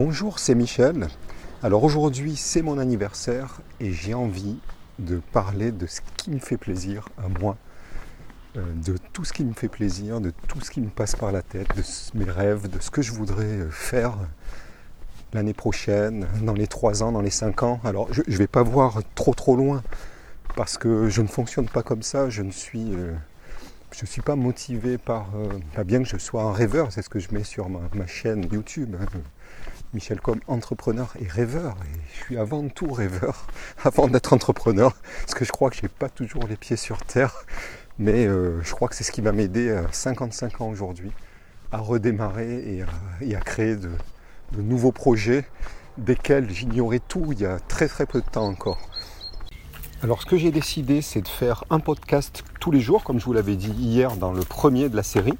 Bonjour, c'est Michel. Alors aujourd'hui, c'est mon anniversaire et j'ai envie de parler de ce qui me fait plaisir à moi, de tout ce qui me fait plaisir, de tout ce qui me passe par la tête, de mes rêves, de ce que je voudrais faire l'année prochaine, dans les 3 ans, dans les 5 ans. Alors je ne vais pas voir trop loin parce que je ne fonctionne pas comme ça, je ne suis pas motivé par, bien que je sois un rêveur, c'est ce que je mets sur ma chaîne YouTube, hein. Michel comme entrepreneur et rêveur, et je suis avant tout rêveur, avant d'être entrepreneur, parce que je crois que je n'ai pas toujours les pieds sur terre, mais je crois que c'est ce qui va m'aider à 55 ans aujourd'hui, à redémarrer et à créer de nouveaux projets, desquels j'ignorais tout il y a très peu de temps encore. Alors ce que j'ai décidé, c'est de faire un podcast tous les jours, comme je vous l'avais dit hier dans le premier de la série.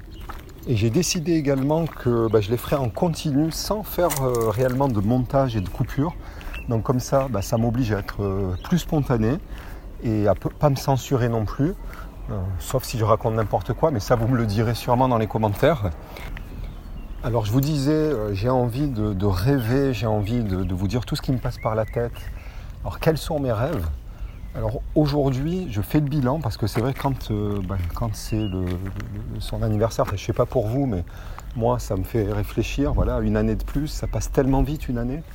Et j'ai décidé également que je les ferai en continu sans faire réellement de montage et de coupure. Donc comme ça, ça m'oblige à être plus spontané et à pas me censurer non plus. Sauf si je raconte n'importe quoi, mais ça vous me le direz sûrement dans les commentaires. Alors je vous disais, j'ai envie de rêver, j'ai envie de vous dire tout ce qui me passe par la tête. Alors quels sont mes rêves ? Alors aujourd'hui, je fais le bilan parce que c'est vrai que quand c'est son anniversaire, je ne sais pas pour vous, mais moi ça me fait réfléchir. Voilà, une année de plus, ça passe tellement vite une année.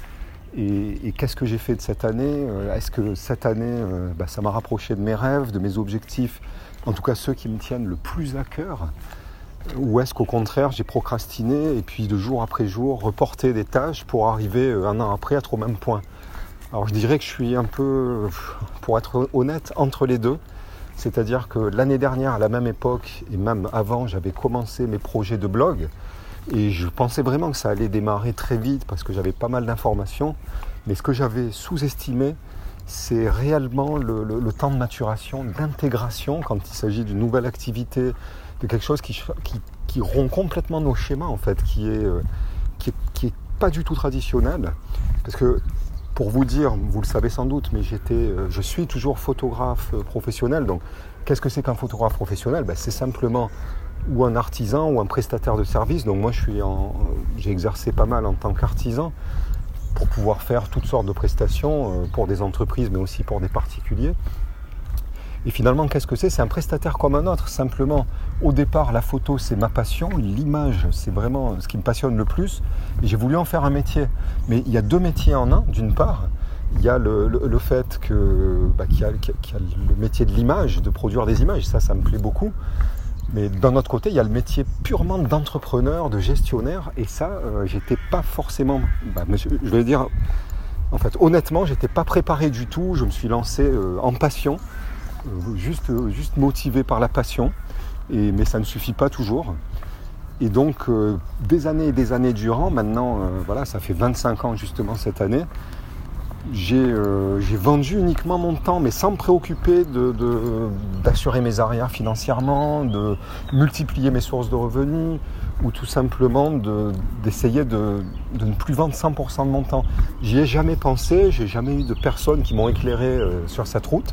Et qu'est-ce que j'ai fait de cette année ? Est-ce que cette année, ça m'a rapproché de mes rêves, de mes objectifs, en tout cas ceux qui me tiennent le plus à cœur ? Ou est-ce qu'au contraire, j'ai procrastiné et puis de jour après jour, reporté des tâches pour arriver un an après à être au même point ? Alors je dirais que je suis un peu, pour être honnête, entre les deux. C'est-à-dire que l'année dernière, à la même époque, et même avant, j'avais commencé mes projets de blog. Et je pensais vraiment que ça allait démarrer très vite parce que j'avais pas mal d'informations. Mais ce que j'avais sous-estimé, c'est réellement le temps de maturation, d'intégration quand il s'agit d'une nouvelle activité, de quelque chose qui rompt complètement nos schémas en fait, qui est pas du tout traditionnel. Parce que pour vous dire, vous le savez sans doute, mais je suis toujours photographe professionnel. Donc, qu'est-ce que c'est qu'un photographe professionnel ? C'est simplement ou un artisan ou un prestataire de service. Donc moi, j'ai exercé pas mal en tant qu'artisan pour pouvoir faire toutes sortes de prestations pour des entreprises, mais aussi pour des particuliers. Et finalement, qu'est-ce que c'est ? C'est un prestataire comme un autre. Simplement, au départ, la photo, c'est ma passion. L'image, c'est vraiment ce qui me passionne le plus. Et j'ai voulu en faire un métier. Mais il y a 2 métiers en un. D'une part, il y a le fait qu'il y a le métier de l'image, de produire des images. Ça me plaît beaucoup. Mais d'un autre côté, il y a le métier purement d'entrepreneur, de gestionnaire. Et ça, j'étais pas forcément... je vais dire... En fait, honnêtement, j'étais pas préparé du tout. Je me suis lancé en passion. Juste motivé par la passion, mais ça ne suffit pas toujours. Et donc, des années et des années durant, maintenant, ça fait 25 ans justement cette année, j'ai vendu uniquement mon temps, mais sans me préoccuper d'assurer mes arrières financièrement, de multiplier mes sources de revenus, ou tout simplement d'essayer de ne plus vendre 100% de mon temps. J'y ai jamais pensé, j'ai jamais eu de personnes qui m'ont éclairé sur cette route.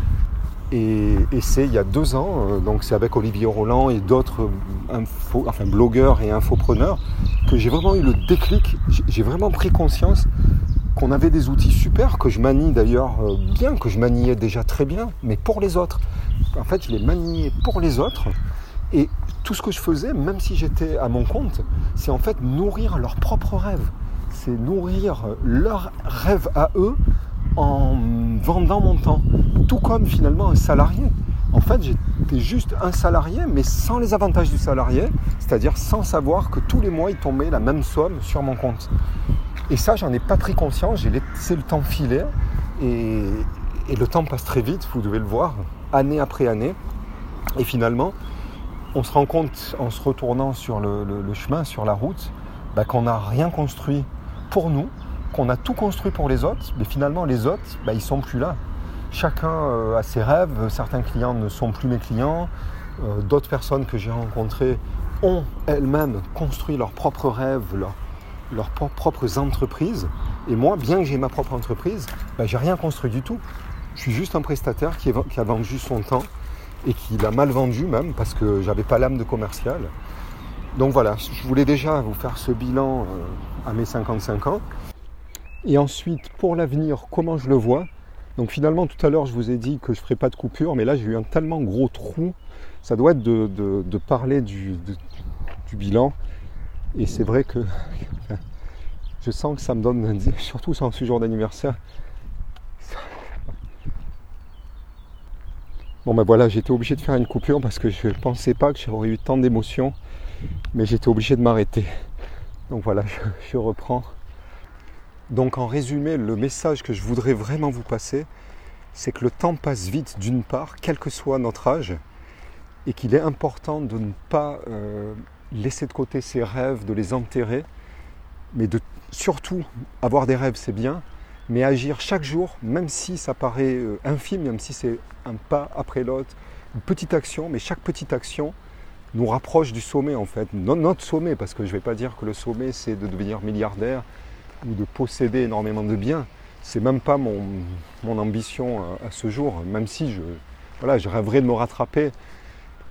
Et c'est il y a 2 ans, donc c'est avec Olivier Roland et d'autres blogueurs et infopreneurs, que j'ai vraiment eu le déclic. J'ai vraiment pris conscience qu'on avait des outils super, que je manie d'ailleurs bien, que je maniais déjà très bien, mais pour les autres. En fait, je les maniais pour les autres. Et tout ce que je faisais, même si j'étais à mon compte, c'est en fait nourrir leurs propres rêves. C'est nourrir leurs rêves à eux en vendant mon temps. Tout comme finalement un salarié. En fait, j'étais juste un salarié, mais sans les avantages du salarié, c'est-à-dire sans savoir que tous les mois, il tombait la même somme sur mon compte. Et ça, j'en ai pas pris conscience, j'ai laissé le temps filer, et le temps passe très vite, vous devez le voir, année après année. Et finalement, on se rend compte, en se retournant sur le chemin, sur la route, qu'on n'a rien construit pour nous, qu'on a tout construit pour les autres, mais finalement, les autres, ils sont plus là. Chacun a ses rêves, certains clients ne sont plus mes clients, d'autres personnes que j'ai rencontrées ont elles-mêmes construit leurs propres rêves, leurs propres entreprises. Et moi, bien que j'ai ma propre entreprise, j'ai rien construit du tout. Je suis juste un prestataire qui a vendu son temps et qui l'a mal vendu même parce que j'avais pas l'âme de commercial. Donc voilà, je voulais déjà vous faire ce bilan à mes 55 ans. Et ensuite, pour l'avenir, comment je le vois. Donc finalement, tout à l'heure, je vous ai dit que je ne ferais pas de coupure, mais là, j'ai eu un tellement gros trou. Ça doit être de parler du bilan. Et c'est vrai que je sens que ça me donne, surtout en ce jour d'anniversaire. Bon ben voilà, j'étais obligé de faire une coupure parce que je ne pensais pas que j'aurais eu tant d'émotions, mais j'étais obligé de m'arrêter. Donc voilà, je reprends. Donc en résumé, le message que je voudrais vraiment vous passer, c'est que le temps passe vite d'une part, quel que soit notre âge, et qu'il est important de ne pas laisser de côté ses rêves, de les enterrer, mais de surtout avoir des rêves, c'est bien, mais agir chaque jour, même si ça paraît infime, même si c'est un pas après l'autre, une petite action, mais chaque petite action nous rapproche du sommet en fait, notre sommet, parce que je ne vais pas dire que le sommet c'est de devenir milliardaire ou de posséder énormément de biens. C'est même pas mon ambition à ce jour, même si je rêverais de me rattraper. Pourquoi ?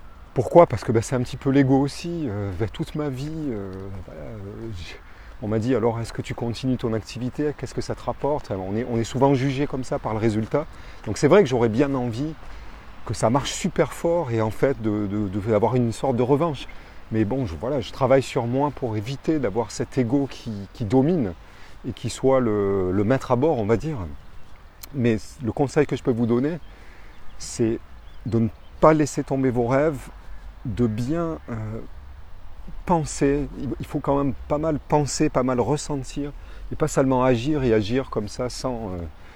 Parce que c'est un petit peu l'ego aussi. Toute ma vie, on m'a dit alors est-ce que tu continues ton activité ? Qu'est-ce que ça te rapporte ? On est souvent jugé comme ça par le résultat. Donc c'est vrai que j'aurais bien envie que ça marche super fort et en fait d'avoir une sorte de revanche. Mais bon, je travaille sur moi pour éviter d'avoir cet ego qui domine et qui soit le maître à bord, on va dire. Mais le conseil que je peux vous donner, c'est de ne pas laisser tomber vos rêves, de bien penser. Il faut quand même pas mal penser, pas mal ressentir, et pas seulement agir et agir comme ça sans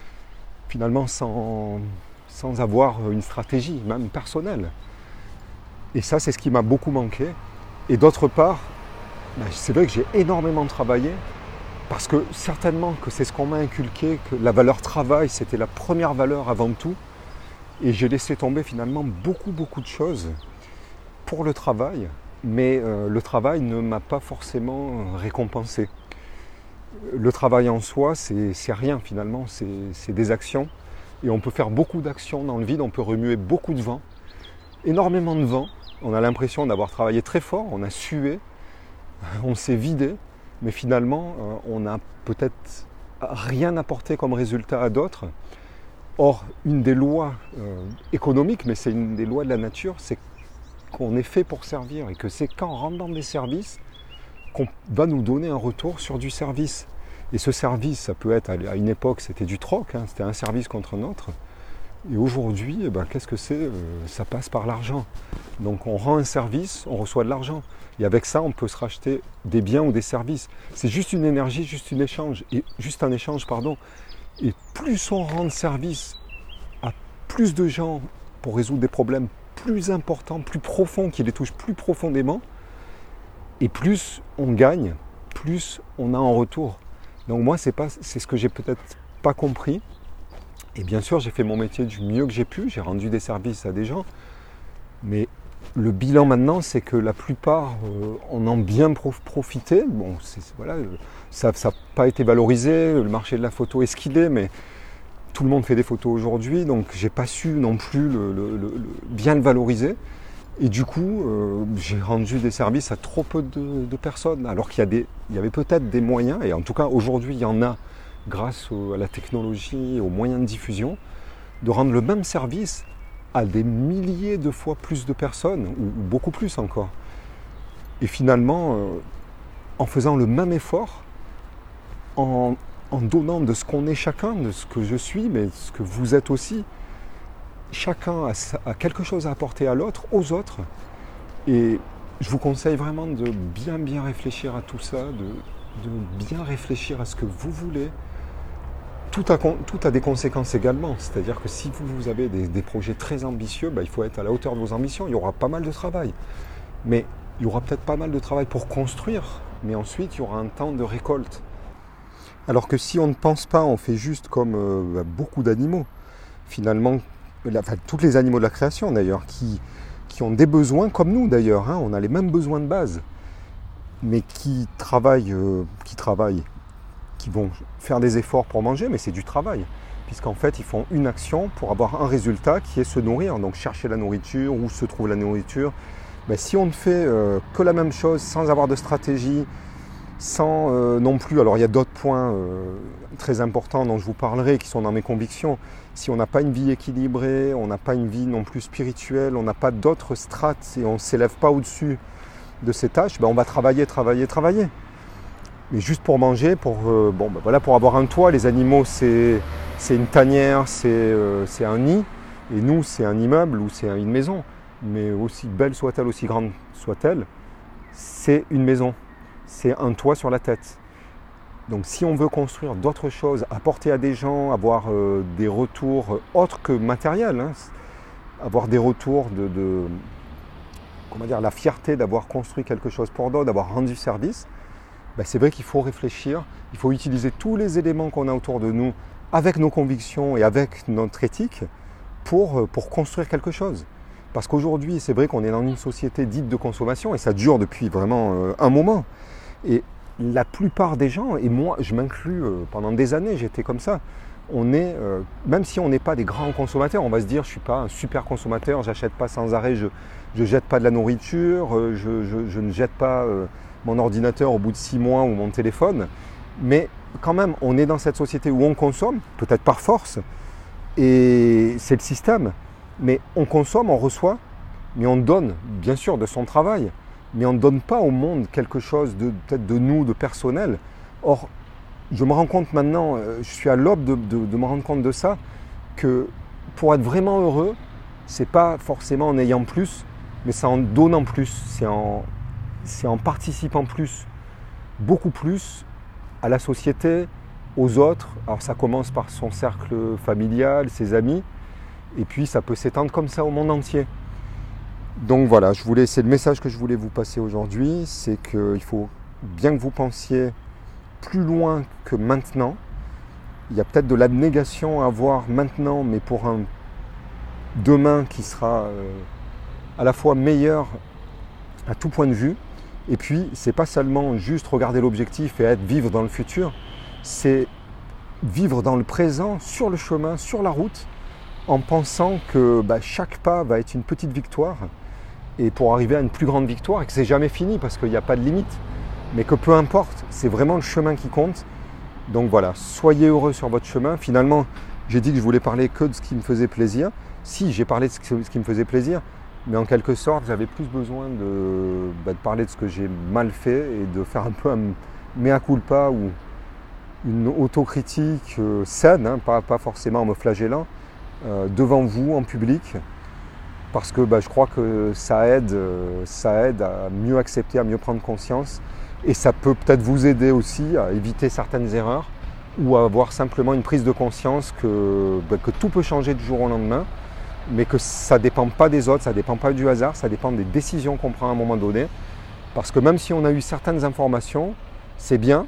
avoir une stratégie, même personnelle. Et ça, c'est ce qui m'a beaucoup manqué. Et d'autre part, c'est vrai que j'ai énormément travaillé, parce que certainement que c'est ce qu'on m'a inculqué, que la valeur travail, c'était la première valeur avant tout. Et j'ai laissé tomber finalement beaucoup de choses pour le travail, mais le travail ne m'a pas forcément récompensé. Le travail en soi, c'est rien finalement, c'est des actions. Et on peut faire beaucoup d'actions dans le vide, on peut remuer beaucoup de vent, énormément de vent. On a l'impression d'avoir travaillé très fort, on a sué, on s'est vidé, mais finalement, on n'a peut-être rien apporté comme résultat à d'autres. Or, une des lois économiques, mais c'est une des lois de la nature, c'est qu'on est fait pour servir et que c'est qu'en rendant des services qu'on va nous donner un retour sur du service. Et ce service, ça peut être, à une époque, c'était du troc, c'était un service contre un autre. Et aujourd'hui, qu'est-ce que c'est ? Ça passe par l'argent. Donc on rend un service, on reçoit de l'argent. Et avec ça, on peut se racheter des biens ou des services. C'est juste une énergie, juste un échange. Et plus on rend service à plus de gens pour résoudre des problèmes plus importants, plus profonds, qui les touchent plus profondément, et plus on gagne, plus on a en retour. Donc moi, c'est ce que j'ai peut-être pas compris. Et bien sûr, j'ai fait mon métier du mieux que j'ai pu, j'ai rendu des services à des gens. Mais le bilan maintenant, c'est que la plupart en ont bien profité. Bon, ça n'a pas été valorisé, le marché de la photo est ce qu'il est, mais tout le monde fait des photos aujourd'hui, donc j'ai pas su non plus bien le valoriser. Et du coup, j'ai rendu des services à trop peu de personnes, alors qu'il y avait peut-être des moyens, et en tout cas aujourd'hui il y en a, grâce à la technologie, aux moyens de diffusion, de rendre le même service à des milliers de fois plus de personnes, ou beaucoup plus encore. Et finalement, en faisant le même effort, en donnant de ce qu'on est chacun, de ce que je suis, mais de ce que vous êtes aussi, chacun a quelque chose à apporter à l'autre, aux autres. Et je vous conseille vraiment de bien réfléchir à tout ça, de bien réfléchir à ce que vous voulez. Tout a des conséquences également. C'est-à-dire que si vous avez des projets très ambitieux, il faut être à la hauteur de vos ambitions. Il y aura pas mal de travail. Mais il y aura peut-être pas mal de travail pour construire. Mais ensuite, il y aura un temps de récolte. Alors que si on ne pense pas, on fait juste comme beaucoup d'animaux. Finalement, tous les animaux de la création d'ailleurs, qui ont des besoins comme nous d'ailleurs. On a les mêmes besoins de base. Mais qui travaillent, qui vont faire des efforts pour manger, mais c'est du travail. Puisqu'en fait, ils font une action pour avoir un résultat qui est se nourrir. Donc chercher la nourriture, où se trouve la nourriture, Ben, si on ne fait que la même chose sans avoir de stratégie, sans non plus, alors il y a d'autres points très importants dont je vous parlerai qui sont dans mes convictions. Si on n'a pas une vie équilibrée, on n'a pas une vie non plus spirituelle, on n'a pas d'autres strates et on ne s'élève pas au-dessus de ces tâches, ben on va travailler. Mais juste pour manger, pour avoir un toit, les animaux c'est une tanière, c'est un nid, et nous c'est un immeuble ou c'est une maison. Mais aussi belle soit-elle, aussi grande soit-elle, c'est une maison, c'est un toit sur la tête. Donc si on veut construire d'autres choses, apporter à des gens, avoir des retours autres que matériels, hein, avoir des retours la fierté d'avoir construit quelque chose pour d'autres, d'avoir rendu service, ben c'est vrai qu'il faut réfléchir, il faut utiliser tous les éléments qu'on a autour de nous avec nos convictions et avec notre éthique pour construire quelque chose. Parce qu'aujourd'hui, c'est vrai qu'on est dans une société dite de consommation et ça dure depuis vraiment un moment. Et la plupart des gens, et moi je m'inclus, pendant des années j'étais comme ça, on est, même si on n'est pas des grands consommateurs, on va se dire je ne suis pas un super consommateur, j'achète pas sans arrêt, je ne jette pas de la nourriture, je ne jette pas mon ordinateur au bout de 6 mois ou mon téléphone, mais quand même on est dans cette société où on consomme, peut-être par force, et c'est le système. Mais on consomme, on reçoit, mais on donne, bien sûr, de son travail, mais on ne donne pas au monde quelque chose peut-être de nous, de personnel. Or, je me rends compte maintenant, je suis à l'aube de me rendre compte de ça, que pour être vraiment heureux, c'est pas forcément en ayant plus, mais c'est en donnant plus, c'est en participant plus, beaucoup plus à la société, aux autres. Alors ça commence par son cercle familial, ses amis, et puis ça peut s'étendre comme ça au monde entier. Donc voilà, c'est le message que je voulais vous passer aujourd'hui, c'est qu'il faut bien que vous pensiez plus loin que maintenant. Il y a peut-être de l'abnégation à avoir maintenant, mais pour un demain qui sera à la fois meilleur à tout point de vue. Et puis, c'est pas seulement juste regarder l'objectif et vivre dans le futur, c'est vivre dans le présent, sur le chemin, sur la route, en pensant que chaque pas va être une petite victoire et pour arriver à une plus grande victoire et que c'est jamais fini parce qu'il n'y a pas de limite, mais que peu importe, c'est vraiment le chemin qui compte. Donc voilà, soyez heureux sur votre chemin. Finalement, j'ai dit que je voulais parler que de ce qui me faisait plaisir. Si, j'ai parlé de ce qui me faisait plaisir, mais en quelque sorte, j'avais plus besoin de parler de ce que j'ai mal fait et de faire un peu un mea culpa ou une autocritique saine, hein, pas forcément en me flagellant, devant vous, en public, parce que je crois que ça aide à mieux accepter, à mieux prendre conscience, et ça peut peut-être vous aider aussi à éviter certaines erreurs, ou à avoir simplement une prise de conscience que tout peut changer du jour au lendemain, mais que ça ne dépend pas des autres, ça ne dépend pas du hasard, ça dépend des décisions qu'on prend à un moment donné, parce que même si on a eu certaines informations, c'est bien,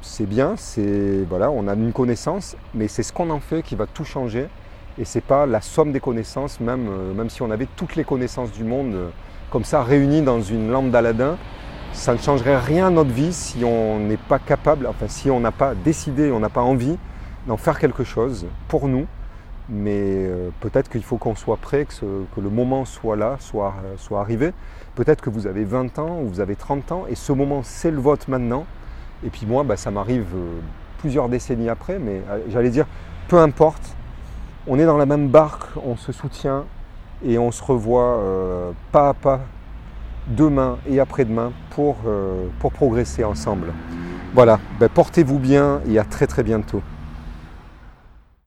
on a une connaissance, mais c'est ce qu'on en fait qui va tout changer. Et ce n'est pas la somme des connaissances, même si on avait toutes les connaissances du monde comme ça réunies dans une lampe d'Aladin, ça ne changerait rien à notre vie si on n'est pas capable, si on n'a pas décidé, on n'a pas envie d'en faire quelque chose pour nous. Mais peut-être qu'il faut qu'on soit prêt, que le moment soit là, soit arrivé. Peut-être que vous avez 20 ans ou vous avez 30 ans et ce moment c'est le vôtre maintenant. Et puis moi, ça m'arrive plusieurs décennies après, mais j'allais dire, peu importe. On est dans la même barque, on se soutient et on se revoit pas à pas demain et après-demain pour progresser ensemble. Voilà, portez-vous bien et à très très bientôt.